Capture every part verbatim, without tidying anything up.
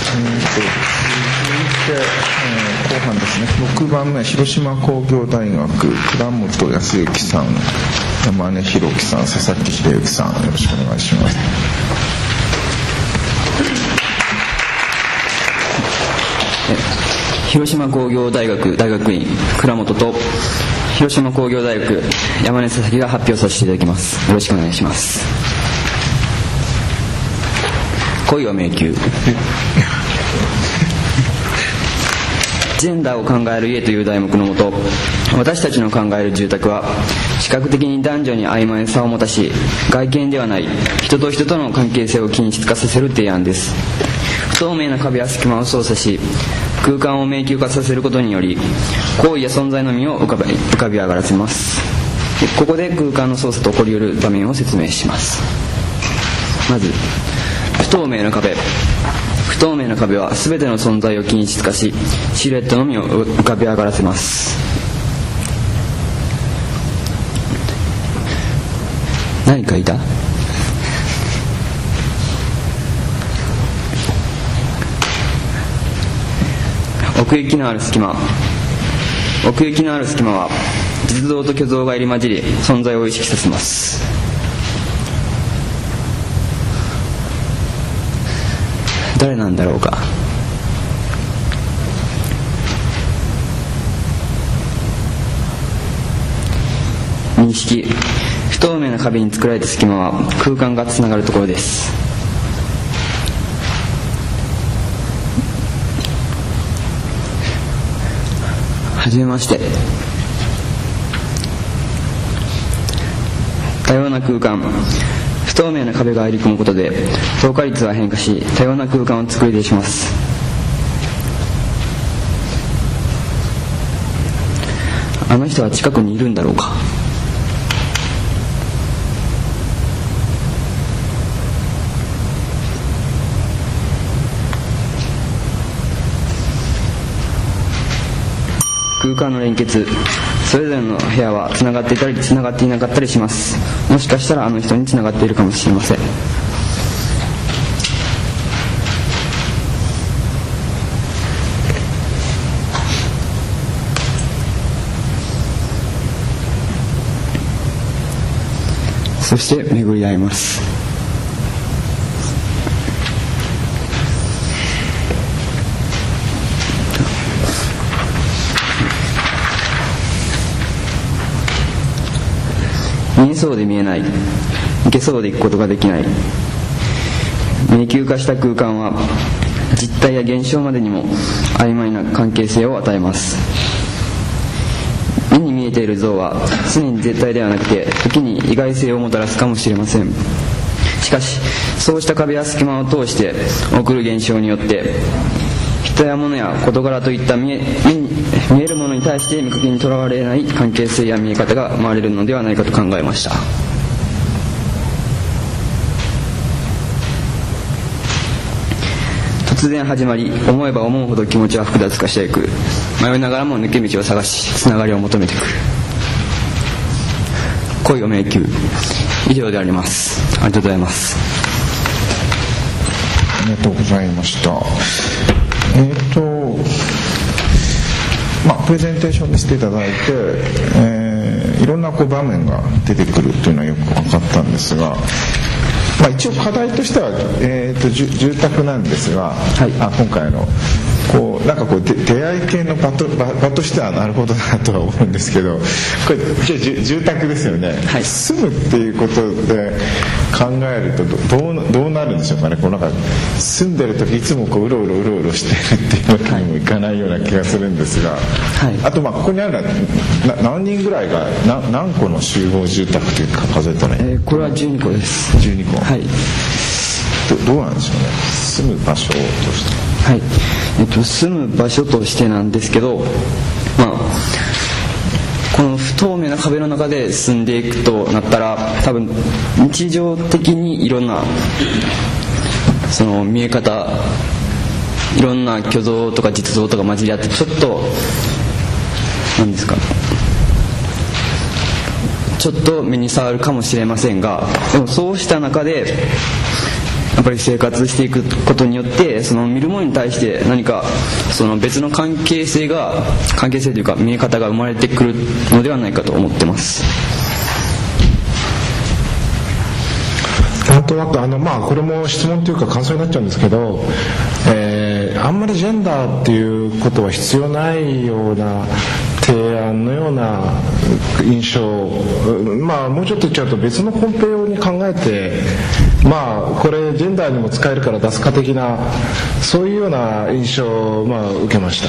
えー、後半ですね。ろくばんめ、広島工業大学倉本康之さん、山根弘樹さん、佐々木秀之さん、よろしくお願いします。 広島工業大学大学院倉本と広島工業大学山根佐々木が発表させていただきます。よろしくお願いします。恋は迷宮。ジェンダーを考える家という題目のもと、私たちの考える住宅は視覚的に男女に曖昧さを持たし、外見ではない人と人との関係性を均質化させる提案です。不透明な壁や隙間を操作し、空間を迷宮化させることにより行為や存在のみを浮かび、浮かび上がらせます。ここで空間の操作と起こり得る場面を説明します。まず、不透明な壁。不透明な壁は全ての存在を均質化し、シルエットのみを浮かび上がらせます。何かいた？奥行きのある隙間。奥行きのある隙間は実像と虚像が入り混じり、存在を意識させます。誰なんだろうか。認識。不透明な壁に作られた隙間は空間がつながるところです。はじめまして。多様な空間。不透明な壁が入り込むことで透過率は変化し、多様な空間を作り出します。あの人は近くにいるんだろうか。空間の連結。それぞれの部屋はつながっていたりつながっていなかったりします。もしかしたらあの人につながっているかもしれません。そして巡り合います。見えそうで見えない、行けそうで行くことができない。迷宮化した空間は実体や現象までにも曖昧な関係性を与えます。目に見えている像は常に絶対ではなくて、時に意外性をもたらすかもしれません。しかしそうした壁や隙間を通して起こる現象によって、人や物や事柄といった見え、目に見えるものに対して見かけにとらわれない関係性や見え方が生まれるのではないかと考えました。突然始まり、思えば思うほど気持ちは複雑化していく。迷いながらも抜け道を探し、つながりを求めてくる。恋を迷宮。以上であります。ありがとうございます。 ありがとうございました。えーとまあ、プレゼンテーション見せていただいて、えー、いろんなこう場面が出てくるというのはよく分かったんですが、まあ、一応課題としては、えー、と住宅なんですが、はい、あ今回のこうなんかこう出会い系の場 と, 場, 場としてはなるほどなとは思うんですけど、これ住宅ですよね、はい、住むっていうことで考えると ど, ど, うどうなるんでしょうかね。こうなんか住んでる時いつもこううろうろうろうろしてるっていうわけにもいかないような気がするんですが、はい、あとまあここにあるのはな何人ぐらいがな何個の集合住宅というか数えたらいい、 えー、これはじゅうにこです。 じゅうにこ、はい、ど, どうなんでしょうね、住む場所として。 はい、えっと、住む場所としてなんですけど、まあ、この不透明な壁の中で住んでいくとなったら、多分日常的にいろんなその見え方、いろんな虚像とか実像とか混じり合って、ちょっと何ですか、ちょっと目に触るかもしれませんが、でもそうした中でやっぱり生活していくことによってその見るものに対して何かその別の関係性が関係性というか見え方が生まれてくるのではないかと思ってます。 なんとなくあの、まあ、これも質問というか感想になっちゃうんですけど、えー、あんまりジェンダーっていうことは必要ないような提案のような印象、まあ、もうちょっと言っちゃうと別のコンペ用に考えて、まあ、これジェンダーにも使えるから出すか的なそういうような印象を、まあ、受けました。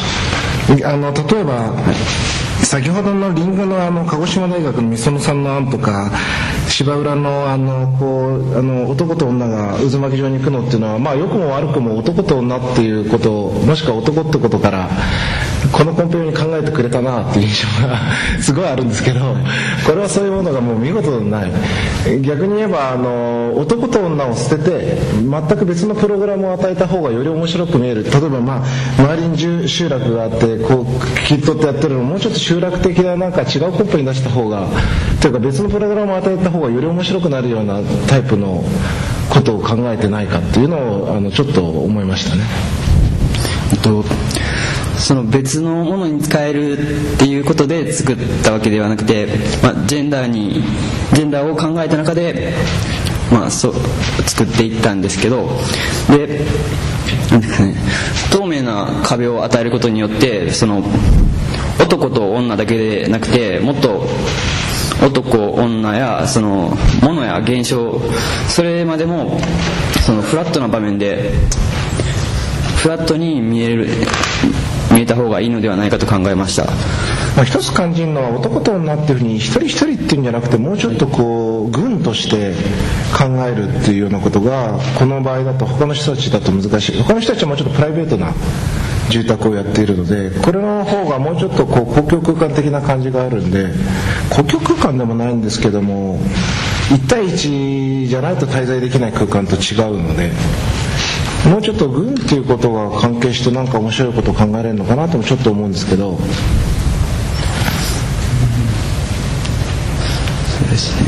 あの例えば先ほどのリンゴのあの鹿児島大学のみそのさんの案とか芝浦のあのこうあの男と女が渦巻き状に行くのっていうのは、まあ良くも悪くも男と女っていうこともしくは男ってことからこのコンペ用に考えてくれたなっていう印象がすごいあるんですけど、これはそういうものがもう見事ない。逆に言えばあの男と女を捨てて全く別のプログラムを与えた方がより面白く見える。例えば、まあ、周りに集落があってこう切っ取ってやってるのをもうちょっと集落的ななんか違うコンペに出した方がというか別のプログラムを与えた方がより面白くなるようなタイプのことを考えてないかっていうのをあのちょっと思いましたね。 とその別のものに使えるっていうことで作ったわけではなくて、まあ、ジェンダーにジェンダーを考えた中で、まあ、そう作っていったんですけど、でなんですかね、透明な壁を与えることによってその男と女だけでなくてもっと男女やその物や現象それまでもそのフラットな場面でフラットに見える見えた方がいいのではないかと考えました。 まあ、一つ感じるのは男と女っていうふうに一人一人っていうんじゃなくてもうちょっとこう群として考えるっていうようなことがこの場合だと他の人たちだと難しい。他の人たちはもうちょっとプライベートな住宅をやっているのでこれの方がもうちょっとこう公共空間的な感じがあるんで、公共空間でもないんですけどもいち対いちじゃないと滞在できない空間と違うのでもうちょっと軍っていうことが関係してなんか面白いことを考えられるのかなともちょっと思うんですけど。 そうですね。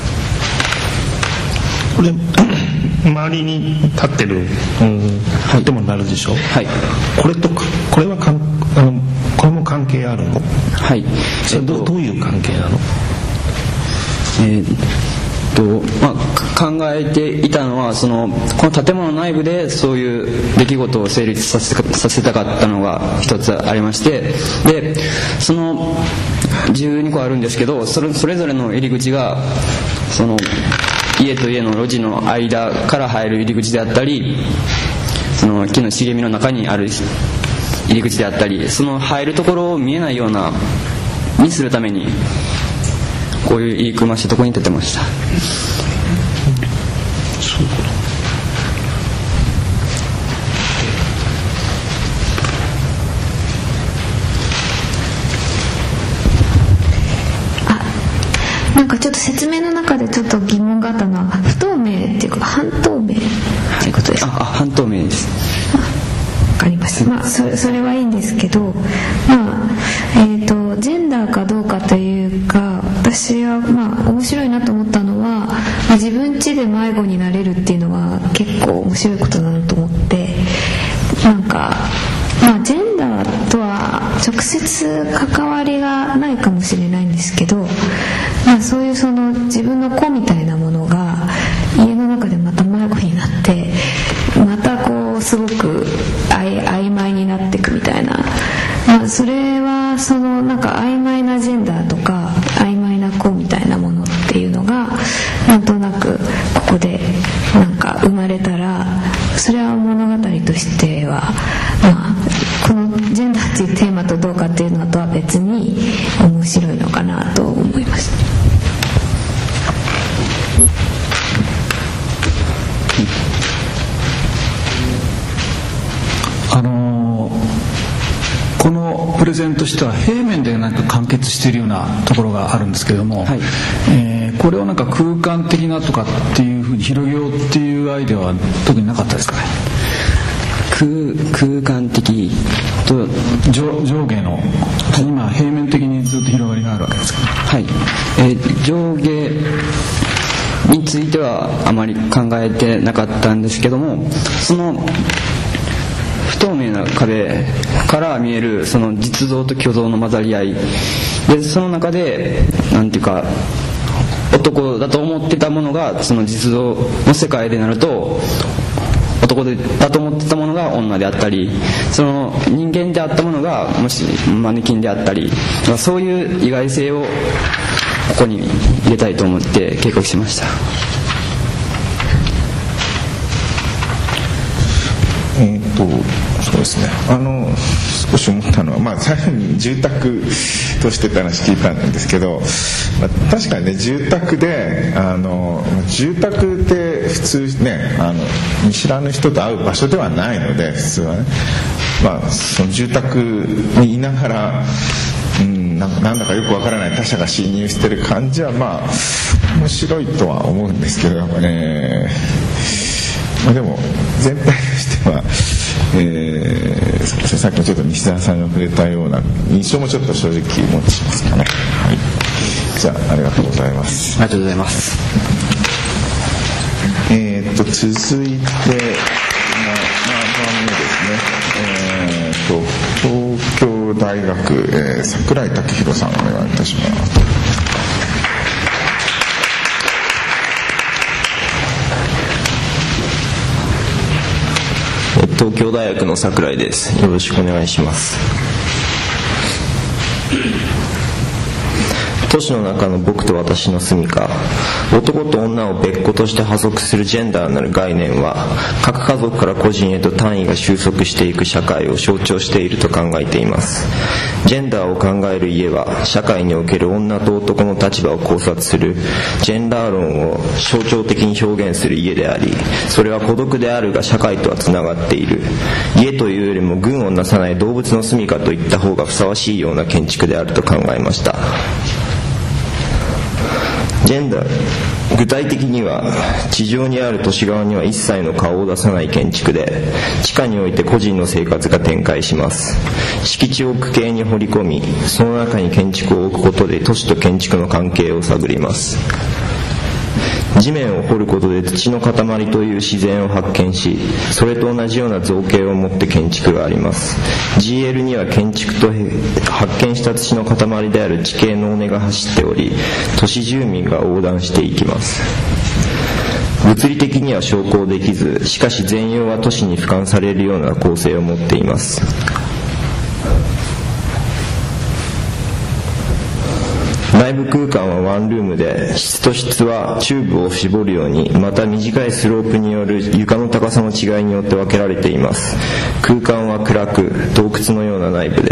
これ周りに立ってる、うん、建物になるでしょ。はい。これとかこれはかんあのこれも関係あるの？ はい。 それ ど, どういう関係なの？ えーとまあ、考えていたのはそのこの建物内部でそういう出来事を成立させた、させたかったのが一つありまして、でそのじゅうにこあるんですけど それ, それぞれの入り口がその家と家の路地の間から入る入り口であったりその木の茂みの中にある入り口であったりその入るところを見えないようなにするためにこういう言い組ましたところに立てました。 そういうこと。 あ、なんかちょっと説明の中でちょっと疑問があったのは不透明っていうか半透明っていうことですか？ ああ半透明です。 わかりました。まあそれ、それはいいんですけど、まあえーとジェンダーかどうかというか私はまあ面白いなと思ったのは、まあ、自分家で迷子になれるっていうのは結構面白いことだなと思って、なんかまあジェンダーとは直接関わりがないかもしれないんですけど、まあ、そういうその自分の子みたいなものが家の中でまた迷子になってまたこうすごく曖昧になっていくみたいな、まあ、それはそのなんか曖昧なジェンダーとか曖昧な子みたいなものっていうのがなんとなくここでなんか生まれたらそれは物語としては、まあ、このジェンダーっていうテーマとどうかっていうのとは別に面白いのかなと思いました。 あのー、このプレゼンとしては平面でなんか完結しているようなところがあるんですけれども、はい、えー、これをなんか空間的なとかっていうふうに広げようっていうアイデアは特になかったですかね。 空, 空間的と上, 上下の今平面的にずっと広がりがあるわけですけど、 はい、えー、上下についてはあまり考えてなかったんですけども、その不透明な壁から見えるその実像と虚像の混ざり合いで、その中でなんていうか男だと思ってたものがその実像の世界でなると男だと思ってたものが女であったり、その人間であったものがもしマネキンであったり、そういう意外性をここに入れたいと思って計画しました。 えー、とそうですね、あの少し思ったのは、まあ、最初に住宅としてって話聞いたんですけど、まあ、確かにね住宅であの住宅って普通ねあの見知らぬ人と会う場所ではないので普通はね、まあ、その住宅にいながら、うん、なんか、なんだかよくわからない他者が侵入してる感じはまあ面白いとは思うんですけど、えーまあ、でも全体としては、えー、さっきもちょっと西澤さんが触れたような印象もちょっと正直持ちますかね。はい、じゃあありがとうございます。 ありがとうございます。 えー、っと続いてななばんめですね。えー、っと東京大学、えー、櫻井武弘さんお願いいたします。 東京大学の櫻井です。よろしくお願いします。都市の中の僕と私の住みか、男と女を別個として破則するジェンダーなる概念は、各家族から個人へと単位が収束していく社会を象徴していると考えています。ジェンダーを考える家は、社会における女と男の立場を考察するジェンダー論を象徴的に表現する家であり、それは孤独であるが社会とはつながっている。家というよりも群をなさない動物の住みかといった方がふさわしいような建築であると考えました。ジェンダー、具体的には地上にある都市側には一切の顔を出さない建築で、地下において個人の生活が展開します。敷地を区形に掘り込み、その中に建築を置くことで都市と建築の関係を探ります。地面を掘ることで土の塊という自然を発見し、それと同じような造形を持って建築があります。 ジーエル には建築と発見した土の塊である地形の尾根が走っており、都市住民が横断していきます。物理的には昇降できず、しかし全容は都市に俯瞰されるような構成を持っています。内部空間はワンルームで、質と質はチューブを絞るように、また短いスロープによる床の高さの違いによって分けられています。空間は暗く、洞窟のような内部です。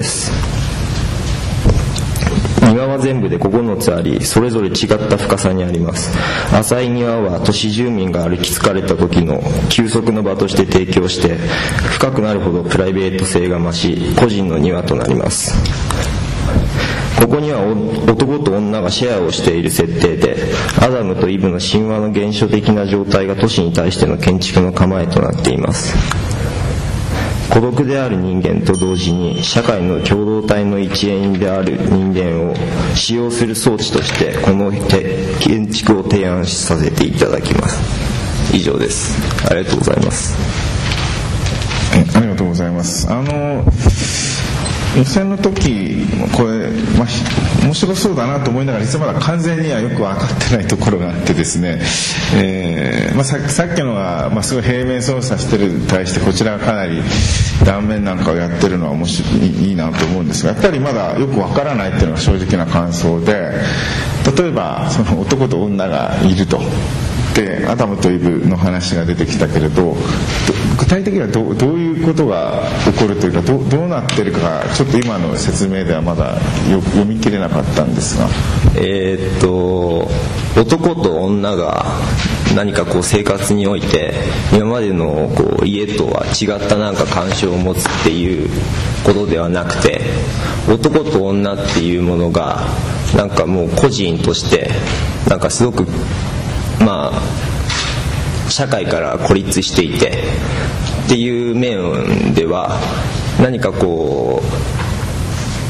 庭は全部でここのつあり、それぞれ違った深さにあります。浅い庭は都市住民が歩き疲れた時の休息の場として提供して、深くなるほどプライベート性が増し、個人の庭となります。ここには男と女がシェアをしている設定で、アダムとイブの神話の原初的な状態が都市に対しての建築の構えとなっています。孤独である人間と同時に社会の共同体の一員である人間を使用する装置としてこの建築を提案させていただきます。以上です。ありがとうございます。 ありがとうございます。あの予選の時これ、まあ、面白そうだなと思いながら実はまだ完全にはよく分かってないところがあってですね、えーまあ、さ, さっきのは、まあ、すごい平面操作してるに対してこちらがかなり断面なんかをやってるのは面白いいいなと思うんですが、やっぱりまだよく分からないっていうのが正直な感想で、例えばその男と女がいるとでアダムとイブの話が出てきたけれど、具体的には ど, どういうことが起こるというか ど, どうなってるかちょっと今の説明ではまだよ読み切れなかったんですが、 えー、っと男と女が何かこう生活において今までのこう家とは違ったなんか干渉を持つっていうことではなくて、男と女っていうものがなんかもう個人としてなんかすごくまあ社会から孤立していてっていう面では何かこ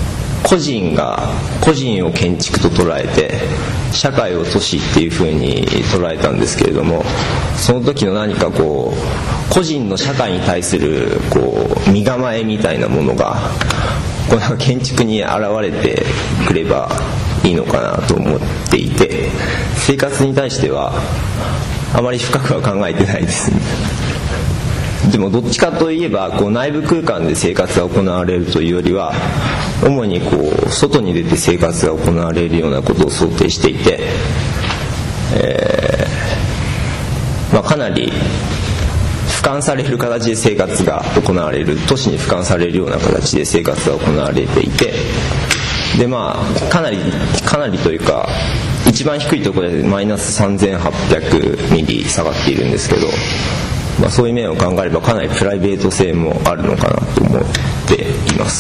個人が個人を建築と捉えて社会を都市っていう風に捉えたんですけれども、その時の何かこう個人の社会に対するこう身構えみたいなものがこの建築に現れてくればいいのかなと思っていて、生活に対してはあまり深くは考えてないですね。でもどっちかといえばこう内部空間で生活が行われるというよりは、主にこう外に出て生活が行われるようなことを想定していて、えーまあ、かなり俯瞰される形で生活が行われる、都市に俯瞰されるような形で生活が行われていて、でまあかなりかなりというか一番低いところでマイナスさんぜんはっぴゃくミリ下がっているんですけど、まあ、そういう面を考えればかなりプライベート性もあるのかなと思っています。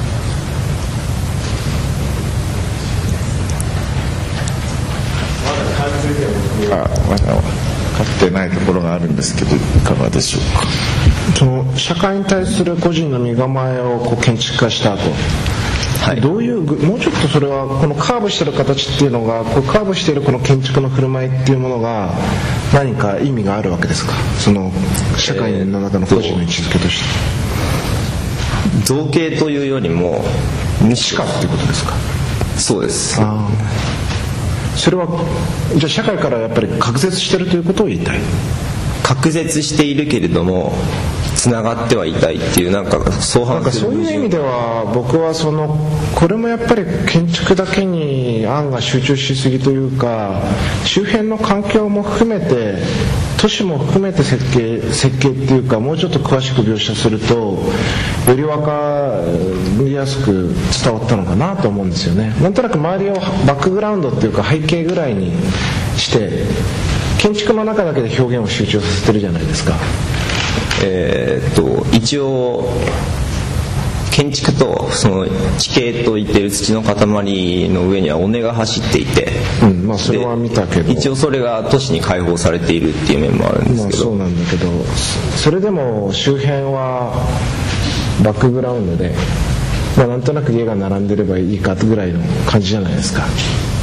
まだまだ分かってないところがあるんですけど、いかがでしょうか。 その社会に対する個人の身構えをこう建築化した後、はい、どういうもうちょっとそれはこのカーブしてる形っていうのがこうカーブしているこの建築の振る舞いっていうものが何か意味があるわけですか。その社会の中の個人の位置づけとして、 えー、造形というよりも地下っていうことですか。 そうです。 あそれはじゃあ社会からやっぱり隔絶してるということを言いたい。 隔絶しているけれどもつながってはいたいっていうなんか相反する。 そういう意味では僕はそのこれもやっぱり建築だけに案が集中しすぎというか、周辺の環境も含めて都市も含めて設計設計っていうかもうちょっと詳しく描写するとより分かりやすく伝わったのかなと思うんですよね。なんとなく周りをバックグラウンドっていうか背景ぐらいにして建築の中だけで表現を集中させてるじゃないですか。 えー、っと一応建築とその地形といっている土の塊の上には尾根が走っていて、 うんまあ、それは見たけど一応それが都市に開放されているっていう面もあるんですけど、 まあ、そうなんだけどそれでも周辺はバックグラウンドで、まあ、なんとなく家が並んでればいいかぐらいの感じじゃないですか。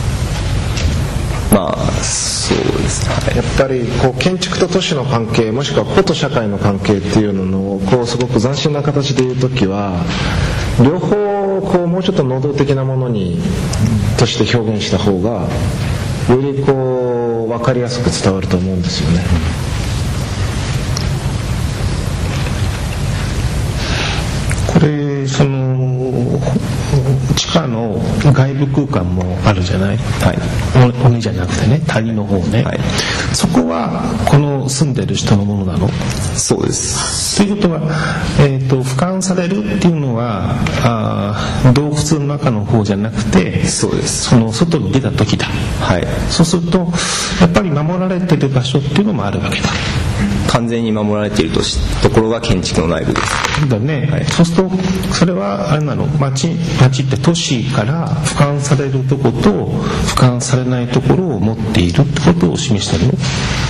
まあそうですね、はい、 やっぱりこう建築と都市の関係もしくは個と社会の関係っていうのをこうすごく斬新な形で言うときは両方こうもうちょっと能動的なものにとして表現した方がよりこう分かりやすく伝わると思うんですよね。 これその地下の外部空間もあるじゃない、はい、尾根じゃなくてね谷の方ね、はい、そこはこの住んでる人のものなの？ そうです。 ということは、えーと、俯瞰されるっていうのはあ洞窟の中の方じゃなくて、 そうです。 その外に出た時だ、 はい、 そうするとやっぱり守られてる場所っていうのもあるわけだ。 完全に守られている と, ところが建築の内部です。 だね、はい、そうするとそれはあれなの、町町って都市から俯瞰されるところと俯瞰されないところを持っているってことを示してるの？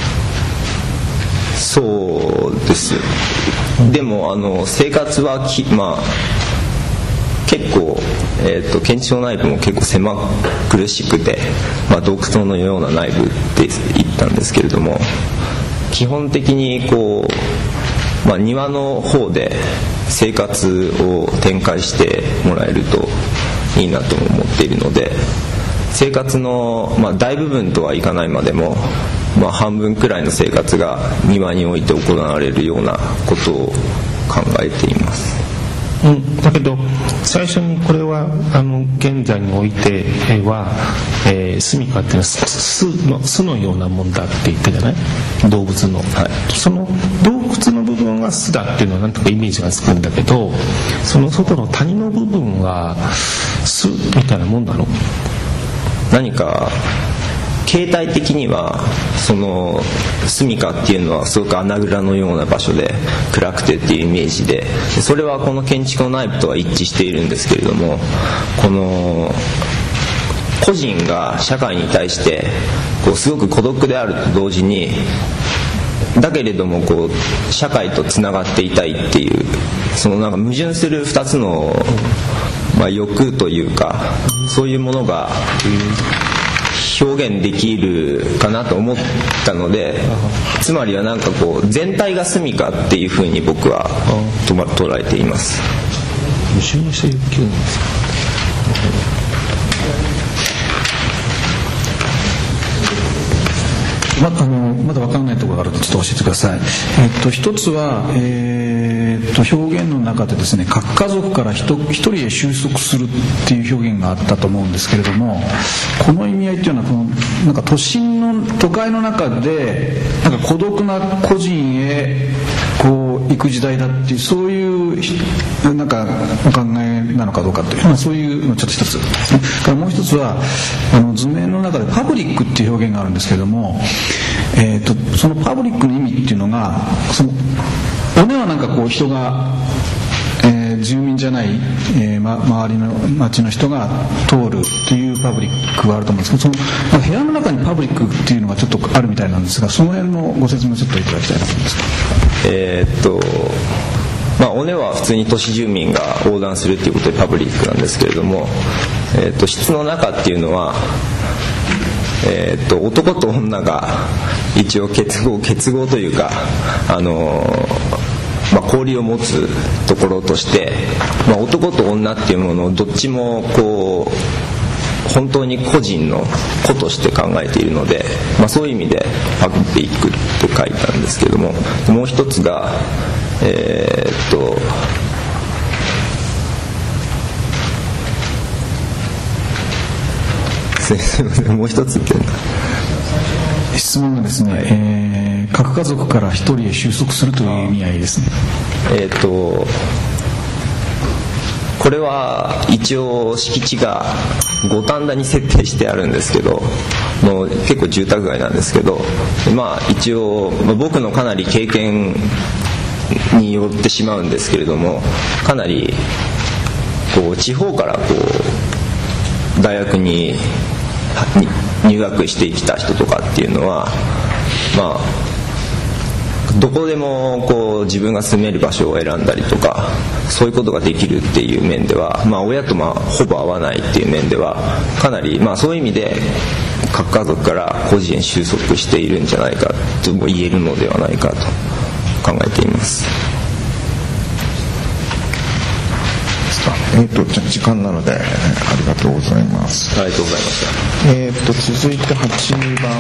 そうです。でもあの生活はき、まあ、結構、えーと、建築の内部も結構狭苦しくて、まあ、洞窟のような内部って言ったんですけれども、基本的にこう、まあ、庭の方で生活を展開してもらえるといいなと思っているので、生活の、まあ、大部分とはいかないまでも、まあ、半分くらいの生活が庭において行われるようなことを考えています。 うん、だけど最初にこれはあの現在においては、えー、住みかっていうのは巣の、巣のようなもんだって言ったじゃない、動物の、はい、その洞窟の部分は巣だっていうのはなんとかイメージがつくんだけど、その外の谷の部分は巣みたいなもんなの？ 何か形態的にはその住処っていうのはすごく穴蔵のような場所で暗くてっていうイメージで、それはこの建築の内部とは一致しているんですけれども、この個人が社会に対してこうすごく孤独であると同時にだけれどもこう社会とつながっていたいっていうそのなんか矛盾するふたつの、まあ、欲というかそういうものが表現できるかなと思ったので、つまりはなんかこう全体が住みかっていうふうに僕は捉えています。 矛盾した欲求なんですか。 まあのまだ分からないところがあるのでちょっと教えてください。えっと、一つは、えー、っと表現の中でですね、核家族から一人へ収束するっていう表現があったと思うんですけれども、この意味合いっていうのはこのなんか都心の都会の中でなんか孤独な個人へこう行く時代だっていうそういうなんかお考えなのかどうかという、まあ、そういうのちょっと一つですね。からもう一つはあの図面の中でパブリックっていう表現があるんですけれども、えー、とそのパブリックの意味っていうのがその尾根はなんかこう人が、えー、住民じゃない、えーま、周りの町の人が通るというパブリックがあると思うんですけど、その、まあ、部屋の中にパブリックっていうのがちょっとあるみたいなんですが、その辺のご説明をちょっといただきたいなと思います。 えー、っとまあ尾根は普通に都市住民が横断するっていうことでパブリックなんですけれども、えー、っと室の中っていうのはえー、と男と女が一応結合結合というか、あのーまあ、交流を持つところとして、まあ、男と女っていうものをどっちもこう本当に個人の個として考えているので、まあ、そういう意味でパブリックって書いたんですけども、もう一つがえー、っとすみません、もう一つって質問がですね、えー、核家族から一人へ収束するという意味合いですね。 えー、とこれは一応敷地が五反田に設定してあるんですけど、もう結構住宅街なんですけど、まあ一応、まあ、僕のかなり経験によってしまうんですけれども、かなりこう地方からこう大学に入学してきた人とかっていうのは、まあどこでもこう自分が住める場所を選んだりとか、そういうことができるっていう面では、まあ、親とまあほぼ会わないっていう面ではかなり、まあ、そういう意味で核家族から個人へ収束しているんじゃないかとも言えるのではないかと考えています。 えー、とじゃ時間なのでありがとうございます。 ありがとうございました。 えー、と続いてはちばんめですね、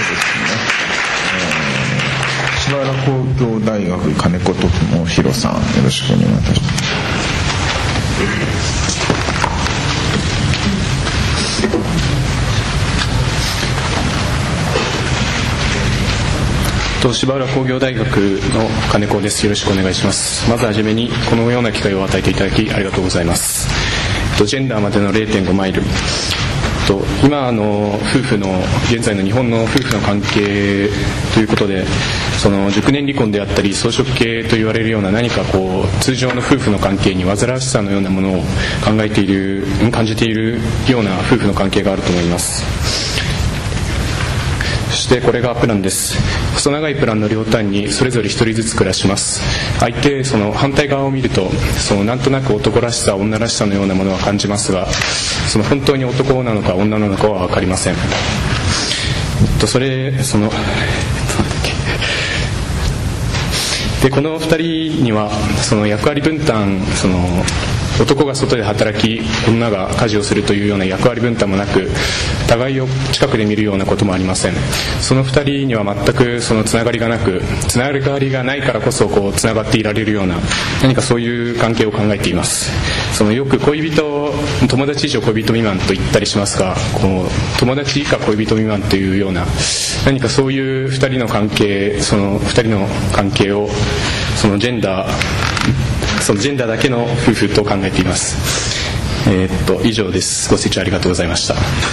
えー、柴原工業大学金子智弘さん、よろしくお願いいたします。 柴原工業大学の金子です。よろしくお願いします。まずはじめにこのような機会を与えていただきありがとうございます。ジェンダーまでの れいてんご マイル、今の夫婦の現在の日本の夫婦の関係ということで、その熟年離婚であったり草食系と言われるような何かこう通常の夫婦の関係に煩わしさのようなものを考えている感じているような夫婦の関係があると思います。そしてこれがプランです。細長いプランの両端にそれぞれ一人ずつ暮らします。相手その反対側を見ると、そのなんとなく男らしさ女らしさのようなものは感じますが、その本当に男なのか女なのかは分かりません。それそのでこのふたりにはその役割分担、その男が外で働き女が家事をするというような役割分担もなく、互いを近くで見るようなこともありません。そのふたりには全くそのつながりがなく、つながりがないからこそこうつながっていられるような何かそういう関係を考えています。そのよく恋人友達以上恋人未満と言ったりしますが、こう友達以下恋人未満というような何かそういうふたりの関係、そのふたりの関係をそのジェンダーそのジェンダーだけの夫婦と考えています。えー、っと以上です。ご清聴ありがとうございました。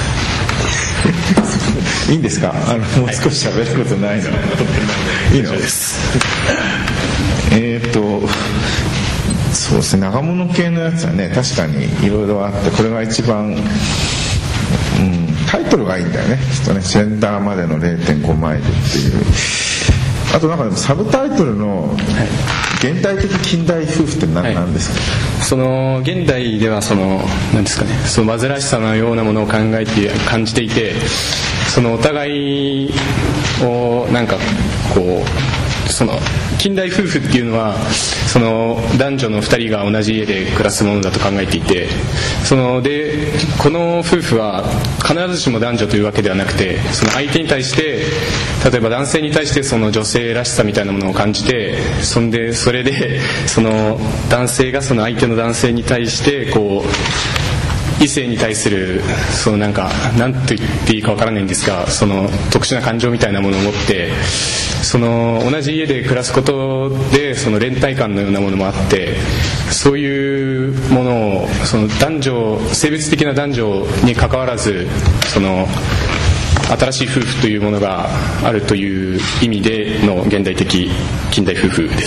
いいんですか、あのもう少し喋ることないの、はい、いいのです。えーっとそうですね、長物系のやつはね確かにいろいろあって、これが一番、うん、タイトルがいいんだよねきっとね。ジェンダーまでの れいてんご マイルっていう。あとなんかでもサブタイトルの現代的近代夫婦って何、はい、なんですか？ その現代ではその何ですかね、その煩わしさのようなものを考えて感じていて、そのお互いをなんかこうその近代夫婦っていうのはその男女のふたりが同じ家で暮らすものだと考えていて、そのでこの夫婦は必ずしも男女というわけではなくて、その相手に対して例えば男性に対してその女性らしさみたいなものを感じて、そんでそれでその男性がその相手の男性に対してこう異性に対するそのなんか何と言っていいかわからないんですが、その特殊な感情みたいなものを持って、その同じ家で暮らすことでその連帯感のようなものもあって、そういうものをその男女性別的な男女に関わらずその新しい夫婦というものがあるという意味での現代的近代夫婦です。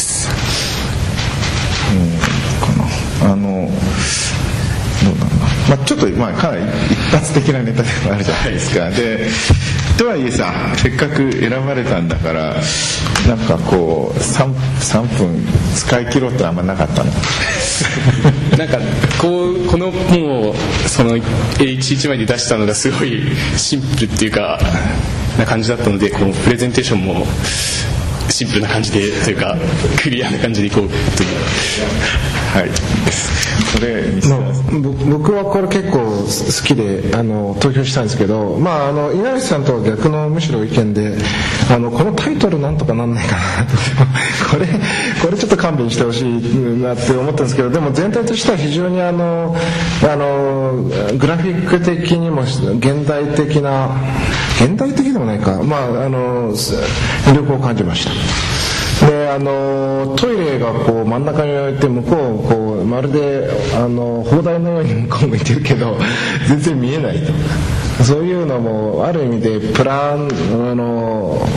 うん、かなあのどうなんだ、まあ、ちょっと、まあ、かなり一発的なネタでもあるじゃないですか。でとはいえさ、せっかく選ばれたんだからなんかこう 3, さんぷん使い切ろうってあんまなかったのなんかこうこのもうその エーいちいち 枚で出したのがすごいシンプルっていうかな感じだったので、このプレゼンテーションもシンプルな感じでというかクリアな感じでいこうというはいそれの僕はこれ結構好きであの投票したんですけど、まああの稲口さんとは逆のむしろ意見で、あのこのタイトルなんとかなんないかなとこれこれちょっと勘弁してほしいなって思ったんですけど、でも全体としては非常にあのあのグラフィック的にも現代的な現代的でもないか、まああの魅力を感じました。であのトイレがこう真ん中に置いて向こうをこうまるであの砲台のように向こう向いてるけど全然見えないと、そういうのもある意味でプランあの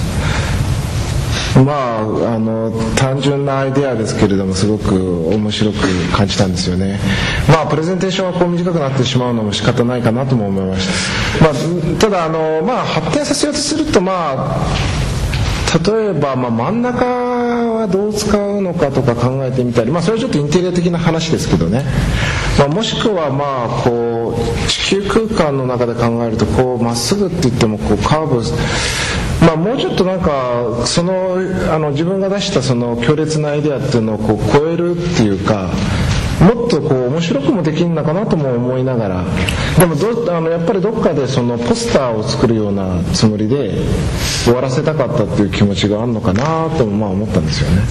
まああの単純なアイデアですけれどもすごく面白く感じたんですよね。まあプレゼンテーションはこう短くなってしまうのも仕方ないかなとも思いました。まあ、ただあの、まあ、発展させようとするとまあ例えば、まあ、真ん中はどう使うのかとか考えてみたり、まあ、それはちょっとインテリア的な話ですけどね、まあ、もしくはまあこう地球空間の中で考えるとこうまっすぐって言ってもこうカーブ、まあ、もうちょっとなんかそのあの自分が出したその強烈なアイデアっていうのをこう超えるっていうか、もっとこう面白くもできるのかなとも思いながら、でもどあのやっぱりどっかでそのポスターを作るようなつもりで終わらせたかったっていう気持ちがあるのかなともまあ思ったんですよね。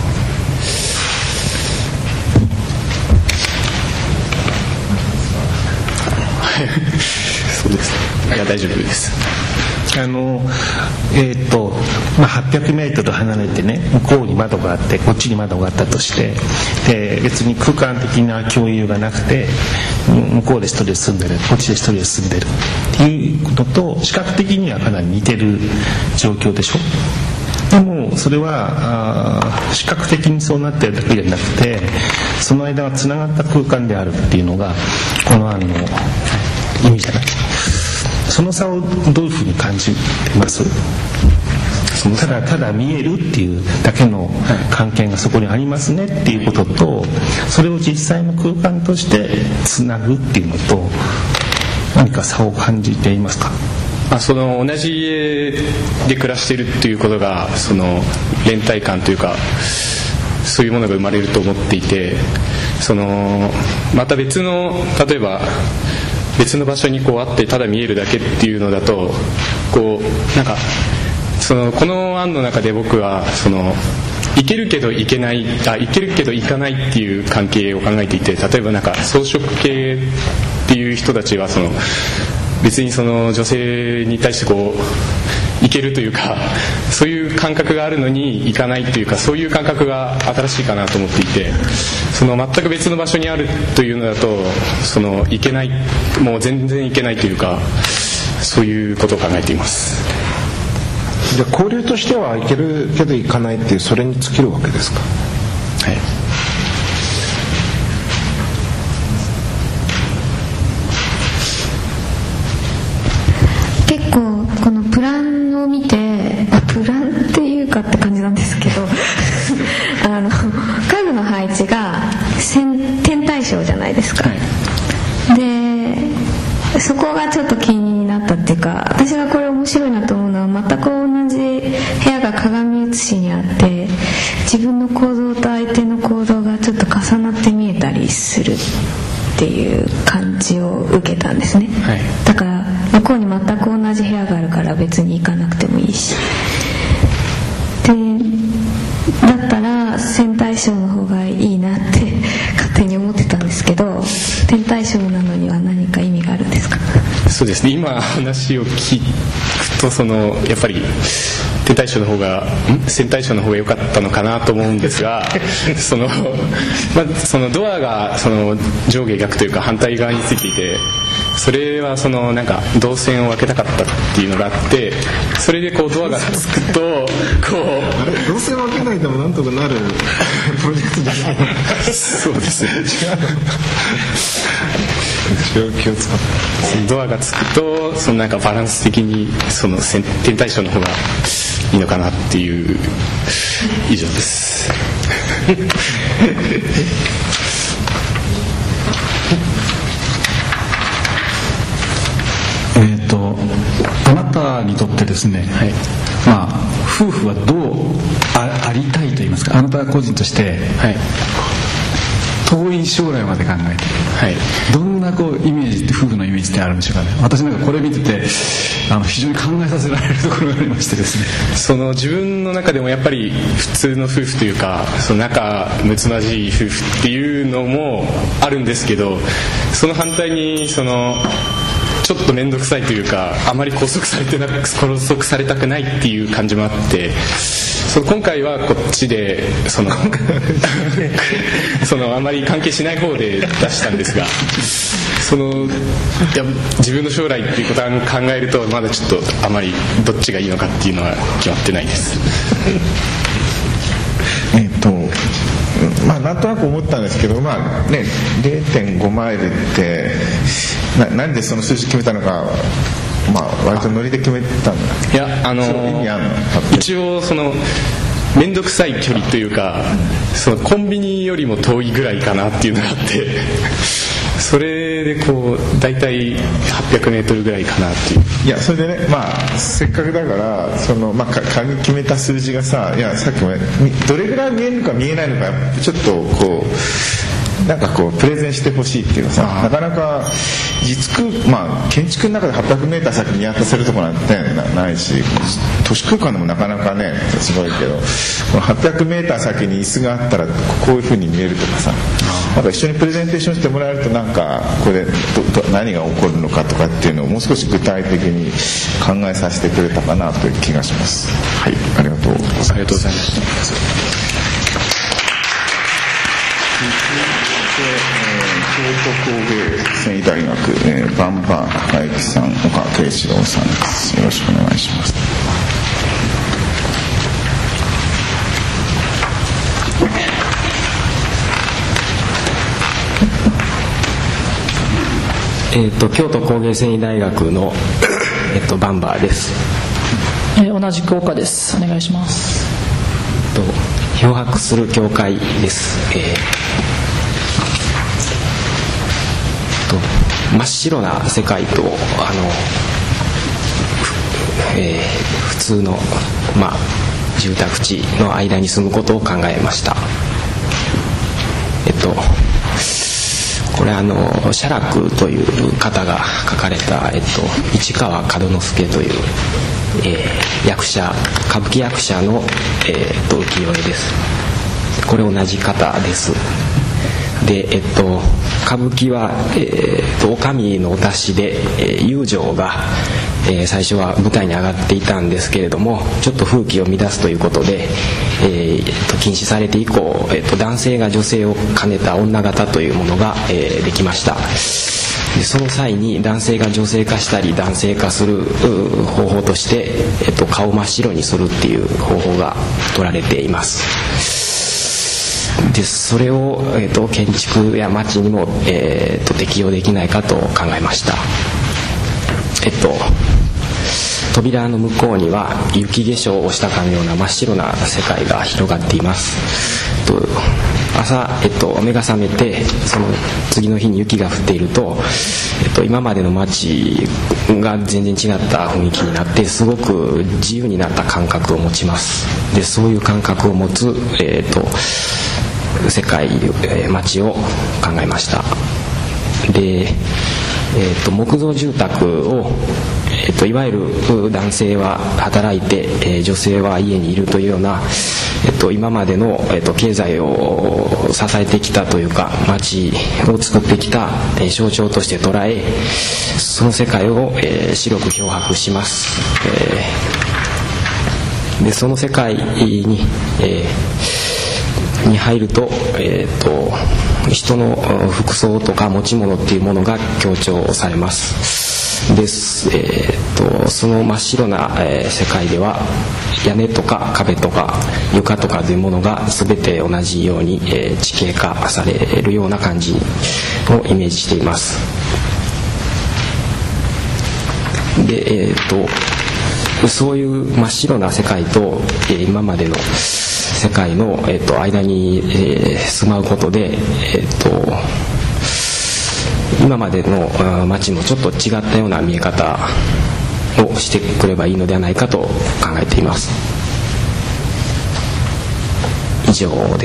そうですね。いや大丈夫です。 あのえーとまあ、はっぴゃくメートル離れてね、向こうに窓があってこっちに窓があったとして、で別に空間的な共有がなくて向こうで一人で住んでるこっちで一人で住んでるっていうことと視覚的にはかなり似てる状況でしょ。でもそれはあ視覚的にそうなってるだけじゃなくて、その間がつながった空間であるっていうのがこの案の意味じゃない。その差をどういうふうに感じてます？ただただ見えるっていうだけの関係がそこにありますねっていうことと、それを実際の空間としてつなぐっていうのと何か差を感じていますか？ あその同じ家で暮らしているっていうことがその連帯感というかそういうものが生まれると思っていて、そのまた別の例えば別の場所にこうあってただ見えるだけっていうのだとこうなんかそのこの案の中で僕はその行けるけど行けないあ行けるけど行かないっていう関係を考えていて、例えばなんか草食系っていう人たちはその別にその女性に対してこう行けるというかそういう感覚があるのに行かないというか、そういう感覚が新しいかなと思っていて、その全く別の場所にあるというのだとその行けない、もう全然行けないというかそういうことを考えています。 じゃあ交流としては行けるけど行かないっていうそれに尽きるわけですか？ はい。 結構このプランを見て、プランっていうかって感じなんですけどあの天体ショーじゃないですか、はい、でそこがちょっと気になったっていうか、私がこれ面白いなと思うのは全く同じ部屋が鏡写しにあって自分の行動と相手の行動がちょっと重なって見えたりするっていう感じを受けたんですね、はい、だから向こうに全く同じ部屋があるから別に行かなくてもいいし、でだったら天体ショーの方がいいなって勝手に思ってたんですけど、天体ショーなのには何か意味があるんですか？ そうですね、今話を聞くとそのやっぱり天体ショーの方が天体ショーの方が良かったのかなと思うんですがその、まあ、そのドアがその上下逆というか反対側についていて、それはそのなんか動線を分けたかったっていうのがあって、それでこうドアがつくとこう動線を分けないでもなんとかなるプロジェクトじゃないのそうですね違う気を使ってドアがつくとそのなんかバランス的にその天体ショーの方がいいのかなっていう以上ですえっとあなたにとってですね、はい、まあ夫婦はどう あ, ありたいと言いますか、あなた個人として、はい、遠い将来まで考えて、はい、どんなこうイメージって夫婦のイメージってあるんでしょうかね。私なんかこれ見ててあの非常に考えさせられるところがありましてですね、 その自分の中でもやっぱり普通の夫婦というかその仲睦まじい夫婦っていうのもあるんですけど、その反対にそのちょっと面倒くさいというかあまり拘束されてなく拘束されたくないっていう感じもあって、その今回はこっちでそのそのあまり関係しない方で出したんですが、そのいや自分の将来っていうことを考えるとまだちょっとあまりどっちがいいのかっていうのは決まってないですえっとまあなんとなく思ったんですけど、まあね れいてんご マイルってななんでその数字決めたのか、まあ割とノリで決めたんだ。 いやあのー、意味あるの一応その面倒くさい距離というか、そのコンビニよりも遠いぐらいかなっていうのがあってそれでこうだいたいはっぴゃくメートルぐらいかなっていう。 いやそれでね、まあせっかくだからその、まあ、鍵決めた数字がさ、いやさっきもねどれぐらい見えるのか見えないのかちょっとこうなんかこうプレゼンしてほしいっていうのさ、なかなか実空、まあ建築の中ではっぴゃくメーター先見渡せるところなんて な, ないし、都市空間でもなかなかねすごいけど、このはっぴゃくメーター先に椅子があったらこういう風に見えるとかさ、なんか一緒にプレゼンテーションしてもらえるとなんかこれどど何が起こるのかとかっていうのをもう少し具体的に考えさせてくれたかなという気がします。はい、ありがとうございます。 ありがとうございます。 京都工芸繊維大学、えー、バンバー高之さん、岡慶一郎さんです。よろしくお願いします。 えー、と京都工芸繊維大学の、えー、とバンバーです。 えー、同じく岡です。お願いします。 と漂白する教会です。えー真っ白な世界とあの、えー、普通の、まあ、住宅地の間に住むことを考えました。えっとこれあの写楽という方が書かれた、えっと、市川門之助という、えー、役者歌舞伎役者の、えー、っと浮世絵です。これ同じ方です。で、えっと、歌舞伎は、えー、とお上のお達しで、えー、遊女が、えー、最初は舞台に上がっていたんですけれども、ちょっと風紀を乱すということで、えー、と禁止されて以降、えー、と男性が女性を兼ねた女形というものが、えー、できました。でその際に男性が女性化したり男性化する方法として、えー、と顔を真っ白にするっていう方法が取られています。でそれを、えー、と建築や街にも、えー、と適用できないかと考えました。えっと扉の向こうには雪化粧をしたかのような真っ白な世界が広がっています。と朝、えっと、目が覚めてその次の日に雪が降っていると、えっと、今までの街が全然違った雰囲気になってすごく自由になった感覚を持ちます。でそういう感覚を持つ、えっと、世界、えー、街を考えました。で、えっと、木造住宅をえっと、いわゆる男性は働いて、えー、女性は家にいるというような、えっと、今までの、えっと、経済を支えてきたというか街を作ってきた、えー、象徴として捉えその世界を、えー、白く漂白します、えー、でその世界に、えー、に入ると、えー、と人の服装とか持ち物っていうものが強調されます。です、えー、とその真っ白な、えー、世界では屋根とか壁とか床とかというものが全て同じように、えー、地形化されるような感じをイメージしています。で、えー、とそういう真っ白な世界と、えー、今までの世界の、えー、と間に、えー、住まうことで、えー、と今までの街もちょっと違ったような見え方をしてくればいいのではないかと考えています。以上です。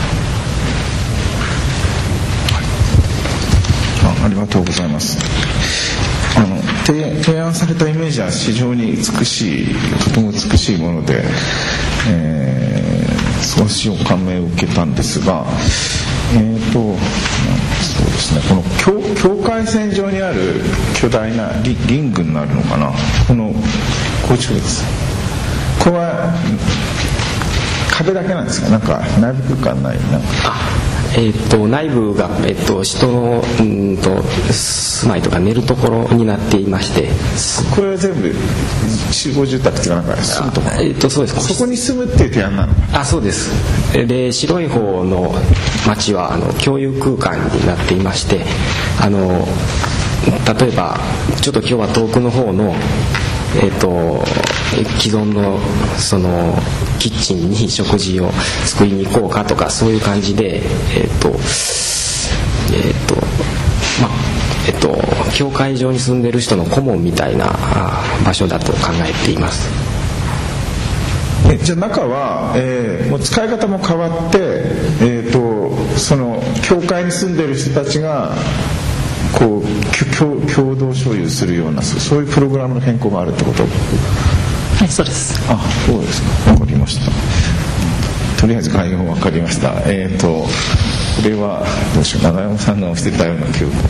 あ、ありがとうございます。あの提案されたイメージは非常に美しい、とても美しいもので、えー、少し感銘を受けたんですが、えーとそうですね、この 境, 境界線上にある巨大な リ, リングになるのかな、この構築です。これは壁だけなんですか、なんか内部空間ないなんか。 えー、と内部が、えー、と人のうんと住まいとか寝るところになっていまして、 これは全部集合住宅っていうかなんか住むところ、 えー、とそうです。 そこに住むっていう提案なの。 あ、そうです。で白い方の町はあの共有空間になっていまして、あの例えばちょっと今日は遠くの方のえー、と既存のそのキッチンに食事を作りに行こうかとか、そういう感じで、えーとえーとまえー、と教会上に住んでる人の顧問みたいな場所だと考えています。 えじゃあ中は、えー、もう使い方も変わって、えー、とその教会に住んでる人たちがこう 共, 共同所有するようなそういうプログラムの変更があるってこと？ はい、そうです。 あ、そうですか。わかりました。とりあえず概要わかりました。えっ、ー、とこれはどうしよう、長山さんが押してたような記憶。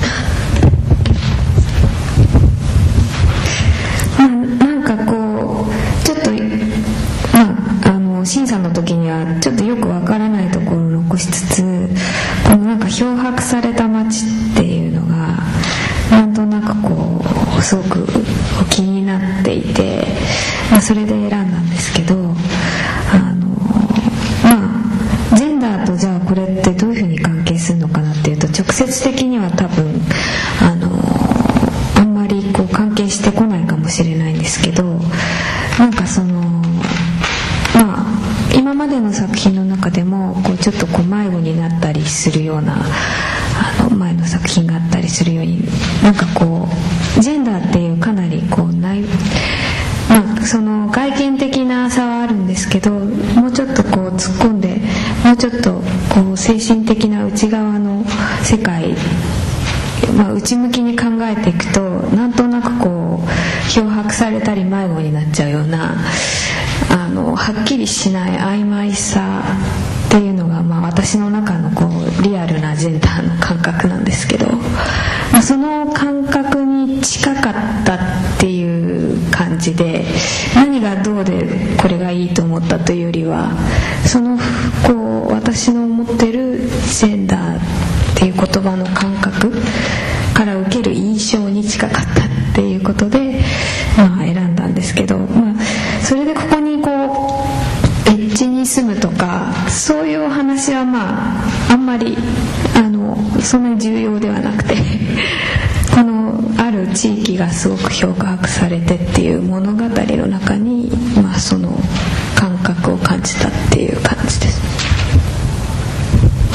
まあ、なんかこうちょっと、まあ、あの審査の時にはちょっとよくわからないところを残しつつ、このなんか漂白された街っていうのがなんとなくこうすごく気になっていて、まあ、それで選んだんですけど、あのまあジェンダーとじゃあこれってどういうふうに関係するのかなっていうと、直接的には多分あのあんまりこう関係してこないかもしれないんですけど、なんかそのまあ今までの作品の中でもこうちょっとこう迷子になったりするようなあの前の作品があったりするように、なんかこうジェンダーっていうかなりこう内、まあ、その外見的な差はあるんですけど、もうちょっとこう突っ込んでもうちょっとこう精神的な内側の世界、まあ、内向きに考えていくとなんとなくこう漂白されたり迷子になっちゃうようなあのはっきりしない曖昧さっていうのが、まあ、私の中のこうリアルなジェンダーの感覚なんですけど、まあ、その感覚に近かったっていう感じで、何がどうでこれがいいと思ったというよりは、そのこう私の持ってるジェンダーっていう言葉の感覚から受ける印象に近かったっていうことで、まあ、選んだんですけど、まあ、それでここにこうエッジに住むとかそういうお話はまああんまりあのそんなに重要ではなくてこのある地域がすごく漂白されてっていう物語の中に、まあ、その感覚を感じたっていう感じです。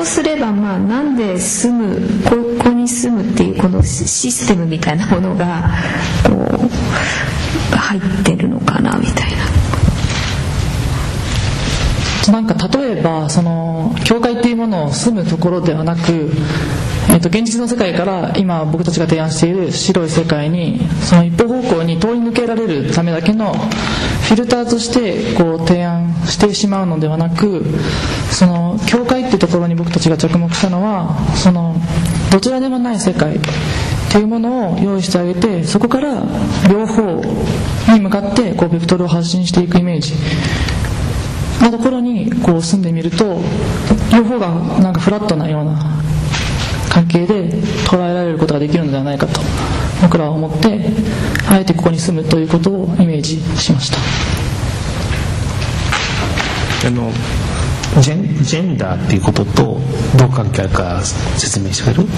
とすれば、まあ、なんで住むここに住むっていうこのシステムみたいなものがこう入ってるのかなみたいな。 なんか例えばその教会っていうものを住むところではなく、えー、と現実の世界から今僕たちが提案している白い世界にその一方方向に通り抜けられるためだけのフィルターとしてこう提案してしまうのではなく、その教会っていうところに僕たちが着目したのは、そのどちらでもない世界っていうものを用意してあげて、そこから両方に向かってこうベクトルを発信していくイメージなところにこう住んでみると、両方がなんかフラットなような関係で捉えられることができるのではないかと僕らは思って、あえてここに住むということをイメージしました。 あのジェン、ジェンダーっていうこととどう関係あるか説明してくれる？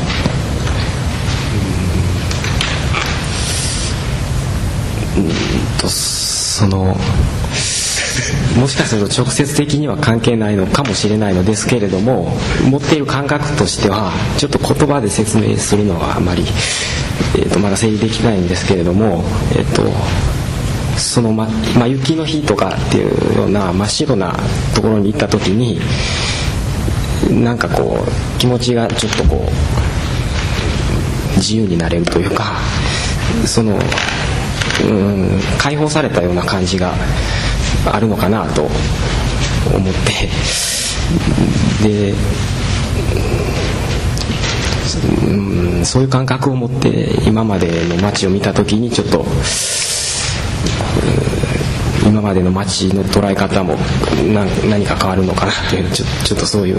うんとそのもしかすると直接的には関係ないのかもしれないのですけれども、持っている感覚としてはちょっと言葉で説明するのはあまり、えー、とまだ整理できないんですけれども、えー、とその、ままあ、雪の日とかっていうような真っ白なところに行った時になんかこう気持ちがちょっとこう自由になれるというか、そのうん解放されたような感じがあるのかなと思って、で、うん、そういう感覚を持って今までの街を見たときにちょっと、うん、今までの街の捉え方も何、何か変わるのかなというちょ、ちょっとそういう、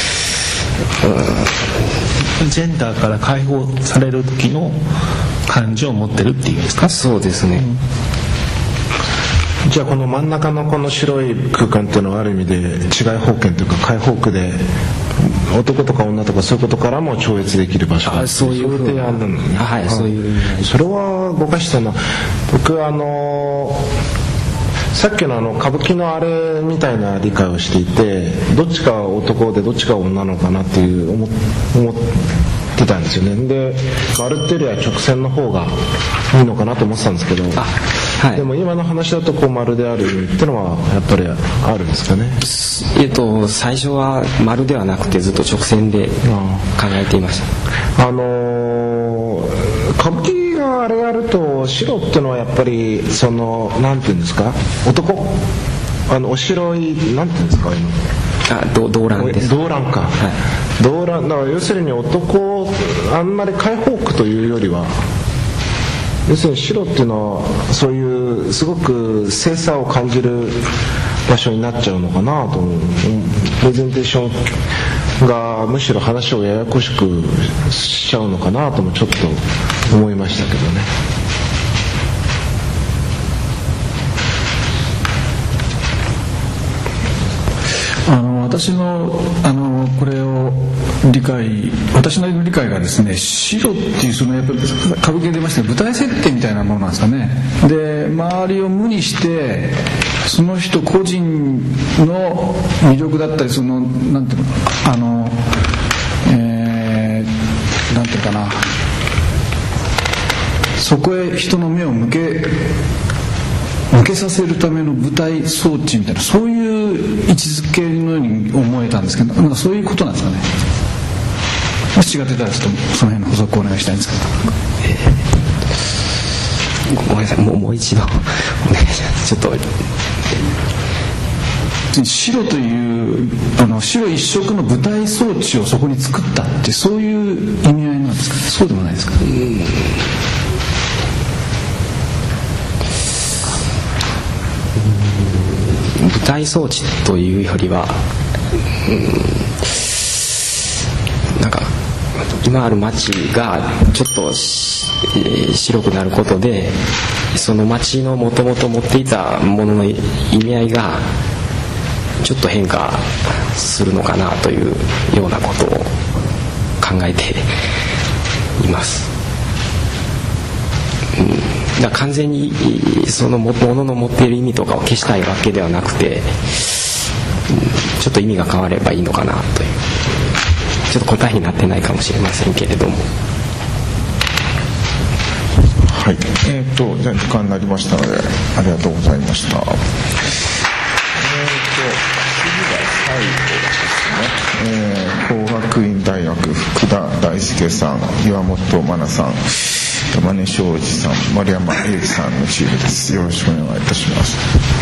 うん、ジェンダーから解放される時の感情を持ってるっていうんですか？ そうですね、 うん、じゃあこの真ん中のこの白い空間っていうのはある意味で違い方権というか解放区で、男とか女とかそういうことからも超越できる場所だ、 そういう提案なのね。はい、そういう。 それは誤解してるな。僕あのさっきのあの歌舞伎のあれみたいな理解をしていて、どっちか男でどっちか女なのかなっていう思思ってたんですよね。である程度は直線の方がいいのかなと思ってたんですけど、はい、でも今の話だとこう丸である意味っていうのはやっぱりあるんですかね。 えっと最初は丸ではなくてずっと直線で考えていました。 あのー、歌舞伎があれやると白っていうのはやっぱりそのなんていうんですか、男あのお白いなんていうんですか今あど動乱です。 動乱か、はい、動乱だから要するに男あんまり解放区というよりは要するに白っていうのはそういうすごく性差を感じる場所になっちゃうのかなと思う。プレゼンテーションがむしろ話をややこしくしちゃうのかなともちょっと思いましたけどね。 あの私のあのこれを理解私の理解がですね、白っていうそのやっぱり歌舞伎で出ましたけど舞台設定みたいなものなんですかね。で周りを無にしてその人個人の魅力だったり、そのなんていうのあの、えー、なんていうかな、そこへ人の目を向け向けさせるための舞台装置みたいな、そういう位置づけのように思えたんですけど、なんかそういうことなんですかね。もし違ってたらちょっとその辺の補足をお願いしたいんですけど、えー、ごめんなさい、もう、もう一度お願いします。ちょっと白というあの白一色の舞台装置をそこに作ったってそういう意味合いなんですかね。そうでもないですか。うん舞台装置というよりは、うん、なんか今ある街がちょっと、えー、白くなることでその街のもともと持っていたものの意味合いがちょっと変化するのかなというようなことを考えています。うん、だから完全にそのものの持っている意味とかを消したいわけではなくて、うん、ちょっと意味が変わればいいのかなという。 ちょっと答えになってないかもしれませんけれども。 はい、えーとじゃあ時間になりましたのでありがとうございました。えーと次が最後ですね、えー、工学院大学福田大輔さん、岩本真奈さん、山根昌司さん、丸山英樹さんのチームです。よろしくお願いいたします。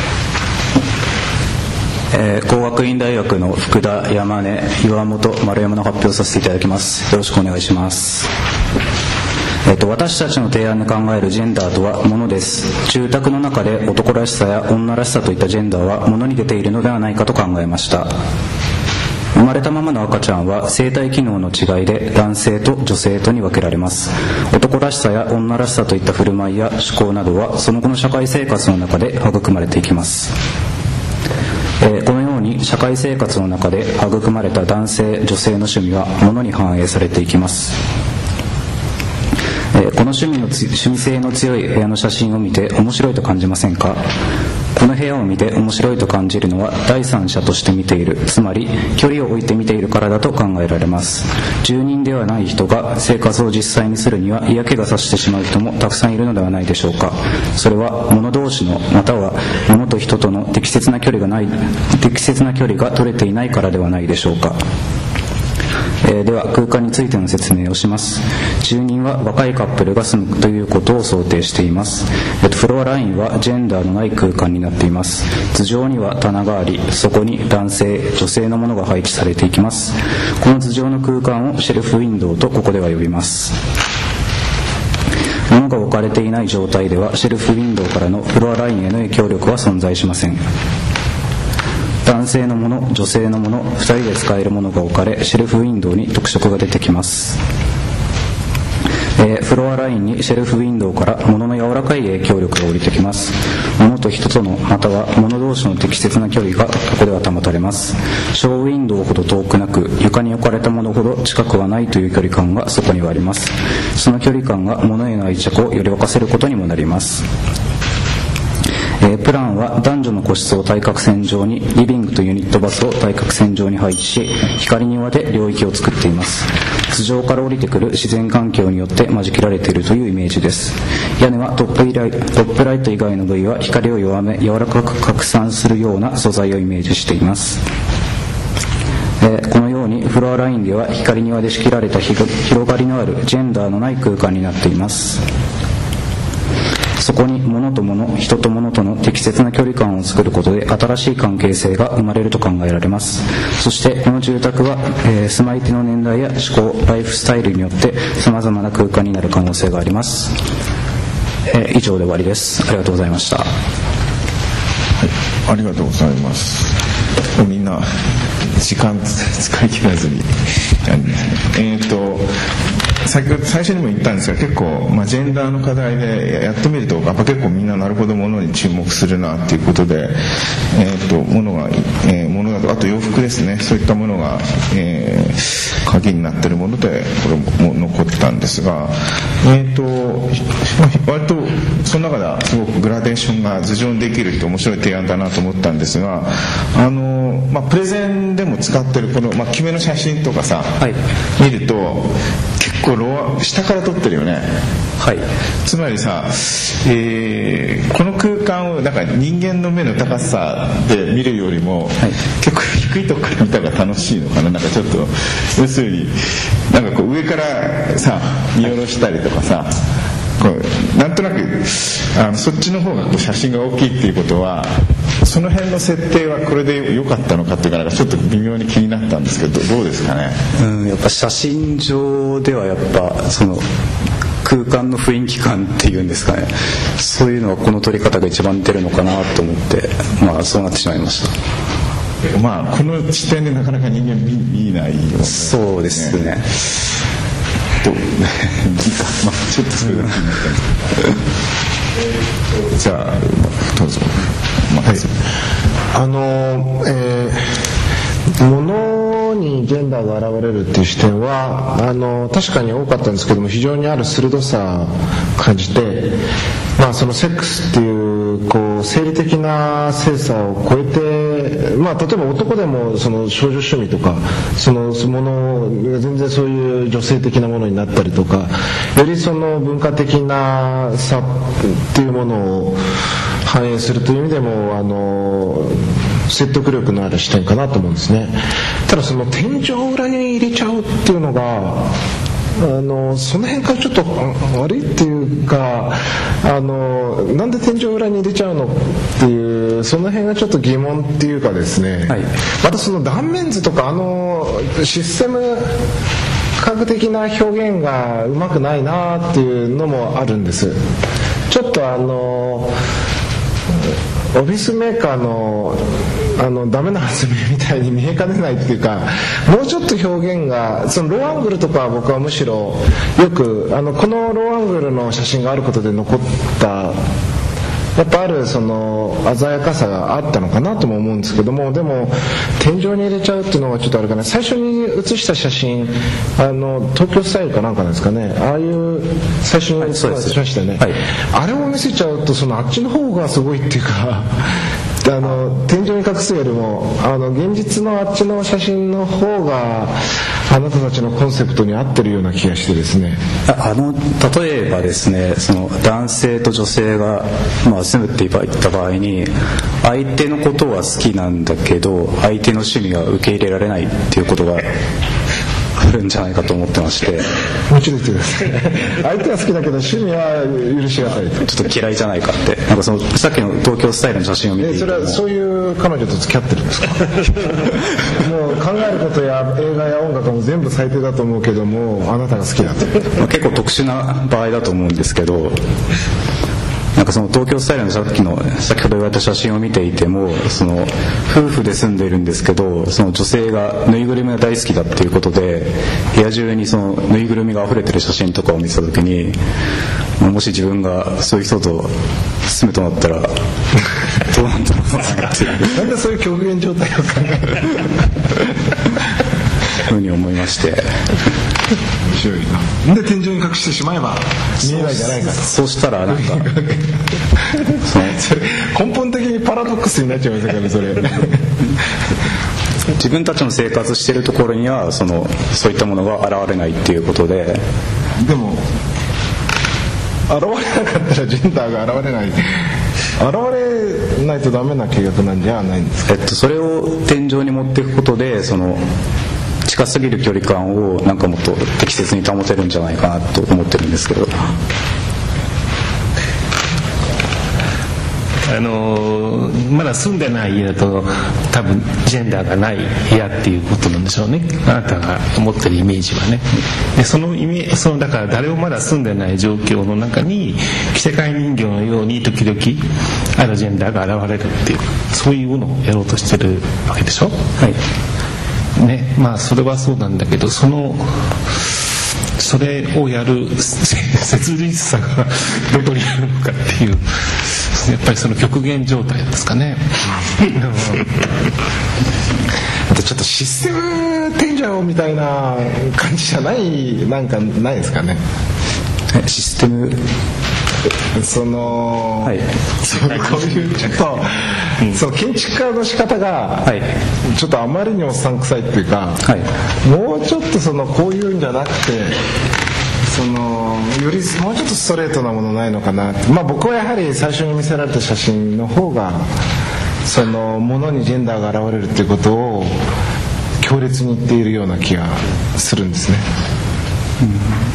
えー、工学院大学の福田、山根、岩本、丸山の発表させていただきます。よろしくお願いします。えー、と私たちの提案で考えるジェンダーとはものです。住宅の中で男らしさや女らしさといったジェンダーはものに出ているのではないかと考えました。生まれたままの赤ちゃんは生体機能の違いで男性と女性とに分けられます。男らしさや女らしさといった振る舞いや思考などはその後の社会生活の中で育まれていきます。えー、このように社会生活の中で育まれた男性女性の趣味はものに反映されていきます。えー、この趣味のつ趣味性の強い部屋の写真を見て面白いと感じませんか？この部屋を見て面白いと感じるのは第三者として見ている、つまり距離を置いて見ているからだと考えられます。住人ではない人が生活を実際にするには嫌気がさしてしまう人もたくさんいるのではないでしょうか。それは物同士のまたは物と人との適切な距離がない適切な距離が取れていないからではないでしょうか。えー、では空間についての説明をします。住人は若いカップルが住むということを想定しています。えっと、フロアラインはジェンダーのない空間になっています。頭上には棚があり、そこに男性女性のものが配置されていきます。この頭上の空間をシェルフウィンドウとここでは呼びます。物が置かれていない状態ではシェルフウィンドウからのフロアラインへの影響力は存在しません。男性のもの、女性のもの、ふたりで使えるものが置かれ、シェルフウィンドウに特色が出てきます。えー、フロアラインにシェルフウィンドウから物の柔らかい影響力が降りてきます。物と人とのまたは物同士の適切な距離がここでは保たれます。ショーウィンドウほど遠くなく、床に置かれたものほど近くはないという距離感がそこにはあります。その距離感が物への愛着をより沸かせることにもなります。えー、プランは男女の個室を対角線上に、リビングとユニットバスを対角線上に配置し、光庭で領域を作っています。頭上から降りてくる自然環境によって間仕切られているというイメージです。屋根はトップライト、トップライト以外の部位は光を弱め柔らかく拡散するような素材をイメージしています。えー、このようにフロアラインでは光庭で仕切られた広がりのあるジェンダーのない空間になっています。そこに物と物、人と物との適切な距離感を作ることで新しい関係性が生まれると考えられます。そしてこの住宅は、えー、住まい手の年代や思考、ライフスタイルによって様々な空間になる可能性があります。えー、以上で終わりです。ありがとうございました。 はい、ありがとうございます。みんな時間使い切らずにやりますね。えーと先ほど最初にも言ったんですが、結構、まあ、ジェンダーの課題でやってみるとやっぱ結構みんななるほど物に注目するなっていうことで、えー、と物が、えー、物だとあと洋服ですね、そういったものが、えー、鍵になっているものでこれも残ったんですが、えー、と割とその中ではすごくグラデーションが頭上にできるって面白い提案だなと思ったんですが、あの、まあ、プレゼンでも使ってるこの、まあ、決めの写真とかさ、はい、見ると結構ロア下から撮ってるよね。はい。つまりさ、えー、この空間をなんか人間の目の高さで見るよりも、はい、結構低いところから見たら楽しいのかな。なんかちょっと要するになんかこう上からさ見下ろしたりとかさ、こうなんとなくあのそっちの方がこう写真が大きいっていうことは。その辺の設定はこれで良かったのかっていうか、なんかちょっと微妙に気になったんですけど、どうですかね。 うん、やっぱ写真上ではやっぱその空間の雰囲気感っていうんですかね、そういうのはこの撮り方が一番出るのかなと思って、まあそうなってしまいました。 まあこの視点でなかなか人間 見, 見ないよね。 そうですね。 どういいか、まあちょっとそれだけになったんですけど。じゃあどうぞ。はい、 あの、えー、物にジェンダーが現れるっていう視点はあの確かに多かったんですけども、非常にある鋭さを感じて、まあ、そのセックスっていう、こう生理的な性差を超えてで、まあ、例えば男でもその少女趣味とかそのものが全然そういう女性的なものになったりとか、よりその文化的な差っていうものを反映するという意味でもあの説得力のある視点かなと思うんですね。ただその天井裏に入れちゃうっていうのがあのその辺からちょっと悪いっていうか、あのなんで天井裏に入れちゃうのっていうその辺がちょっと疑問っていうかですね、はい、またその断面図とかあのシステム科学的な表現がうまくないなっていうのもあるんです。ちょっとあのオフィスメーカーのあのダメな発明みたいに見えかねないっていうか、もうちょっと表現がそのローアングルとかは僕はむしろよくあのこのローアングルの写真があることで残ったやっぱあるその鮮やかさがあったのかなとも思うんですけども、でも天井に入れちゃうっていうのがちょっとあるかな。最初に写した写真あの東京スタイルかなんかなんですかね、ああいう最初に写しましたよね、はい、あれを見せちゃうとそのあっちの方がすごいっていうかあの天井に隠すよりもあの現実のあっちの写真の方があなたたちのコンセプトに合ってるような気がしてですね。 あの例えばですね、その男性と女性が、まあ、住むって言った場合に相手のことは好きなんだけど相手の趣味が受け入れられないっていうことがあるんじゃないかと思ってまして。 もちろん言ってください相手は好きだけど趣味は許しがたいと、 ちょっと嫌いじゃないかって、なんかそのさっきの東京スタイルの写真を見ていても、 えそれはそういう彼女と付き合ってるんですかもう考えることや映画や音楽も全部最低だと思うけどもあなたが好きだとまあ結構特殊な場合だと思うんですけど、なんかその東京スタイルのさっきの先ほど言われた写真を見ていても、その夫婦で住んでいるんですけど、その女性がぬいぐるみが大好きだっていうことで部屋中にそのぬいぐるみが溢れてる写真とかを見せた時に、もし自分がそういう人と住むとなったらどうなんだろうなっていうなんでそういう極限状態を考えるふうに思いまして面白いな。で天井に隠してしまえば見えないじゃないかと。 そうしたらなんかそれ根本的にパラドックスになっちゃいますからねそれ自分たちの生活しているところにはそのそういったものが現れないっていうことで、 でも現れなかったらジェンダーが現れない現れないとダメな契約なんじゃないんですか。 えっとそれを天井に持っていくことでその近すぎる距離感をなんかもっと適切に保てるんじゃないかなと思ってるんですけど、 あのまだ住んでない家だと多分ジェンダーがない部屋っていうことなんでしょうね、あなたが持ってるイメージはね。でそのイメージそのだから誰もまだ住んでない状況の中に着せ替え人形のように時々あるジェンダーが現れるっていう、そういうのをやろうとしてるわけでしょ。はいね、まあそれはそうなんだけど、そのそれをやる切実さがどこにあるのかっていう、やっぱりその極限状態ですかねあとちょっとシステム天井みたいな感じじゃないなんかないですかね。 システムその、はい、そのこういうちょっと、うん、その建築家の仕方が、はい、ちょっとあまりにもさんくさいっていうか、はい、もうちょっとそのこういうんじゃなくてそのよりもうちょっとストレートなものないのかな。まあ僕はやはり最初に見せられた写真の方がそのものにジェンダーが現れるっていうことを強烈に言っているような気がするんですね。うん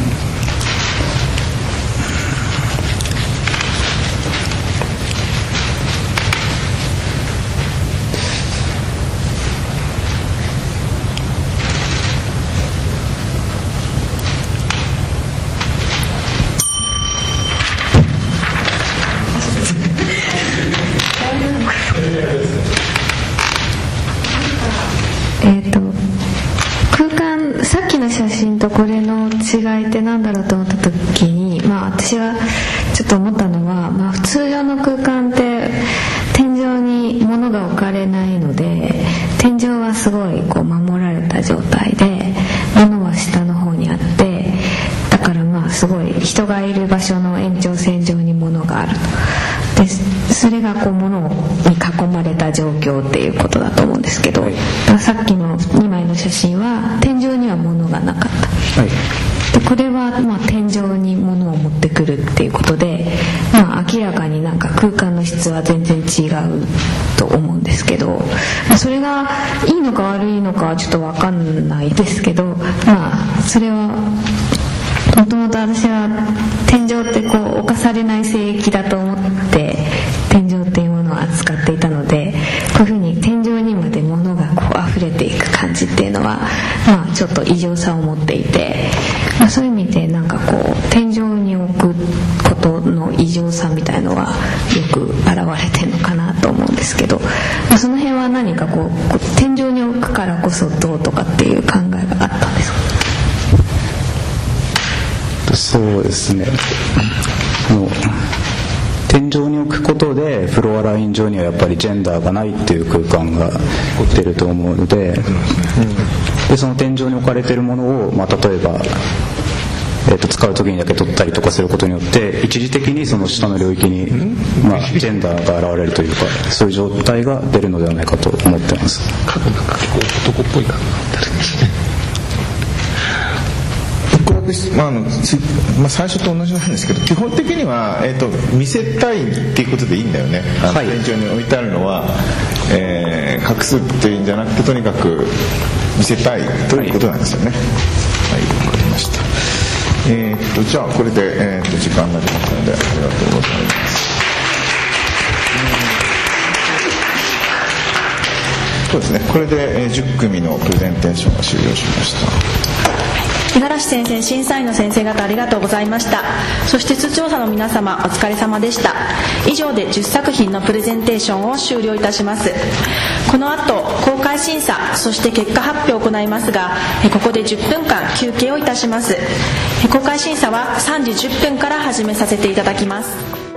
とこれの違いって何だろうと思った時に、まあ私はちょっと思ったのは、まあ通常の空間って天井に物が置かれないので、天井はすごいこう守られた状態で物は下の方にあって、だからまあすごい人がいる場所の延長線上に物があると。 でそれがこう物に囲まれた状況っていうことだと思うんですけど、だからさっきのにまいの写真は天井には物がなかった、はい、でこれはまあ天井に物を持ってくるっていうことで、まあ、明らかになんか空間の質は全然違うと思うんですけど、まあ、それがいいのか悪いのかはちょっと分かんないですけど、まあそれはもともと私は天井ってこう侵されない聖域だと思って天井っていうものを扱っていたので、こういうふうに天井にまで物がこう溢れていく感じっていうのは、まあ、ちょっと異常さを持っていて、まあ、そういう意味でなんかこう天井に置くことの異常さみたいのはよく現れてるのかなと思うんですけど、まあ、その辺は何かこう天井に置くからこそどうとかっていう考えがあったんですか？ そうですね、あの天井に置くことでフロアライン上にはやっぱりジェンダーがないっていう空間が出ると思うので、でその天井に置かれているものを、まあ、例えば、えー、と使う時にだけ取ったりとかすることによって一時的にその下の領域に、まあ、ジェンダーが現れるというか、そういう状態が出るのではないかと思ってます。 過去なんか結構男っぽい感じになってるんですね。 まああのまあ、最初と同じなんですけど、基本的には、えー、と見せたいっていうことでいいんだよね。あの、はい、天井に置いてあるのは、えー、隠すっていうんじゃなくて、とにかく見せたいということなんですよね。はい、わかりました。えー、とじゃあこれで、えー、と時間になりましたのでありがとうございます。そうですね、これで、えー、じゅっくみのプレゼンテーションが終了しました。 五十嵐先生、審査員の先生方ありがとうございました。そして出場者の皆様お疲れ様でした。以上でじゅっさく品のプレゼンテーションを終了いたします。この後公開審査、そして結果発表を行いますが、ここでじゅっぷんかん休憩をいたします。公開審査はさんじじゅっぷんから始めさせていただきます。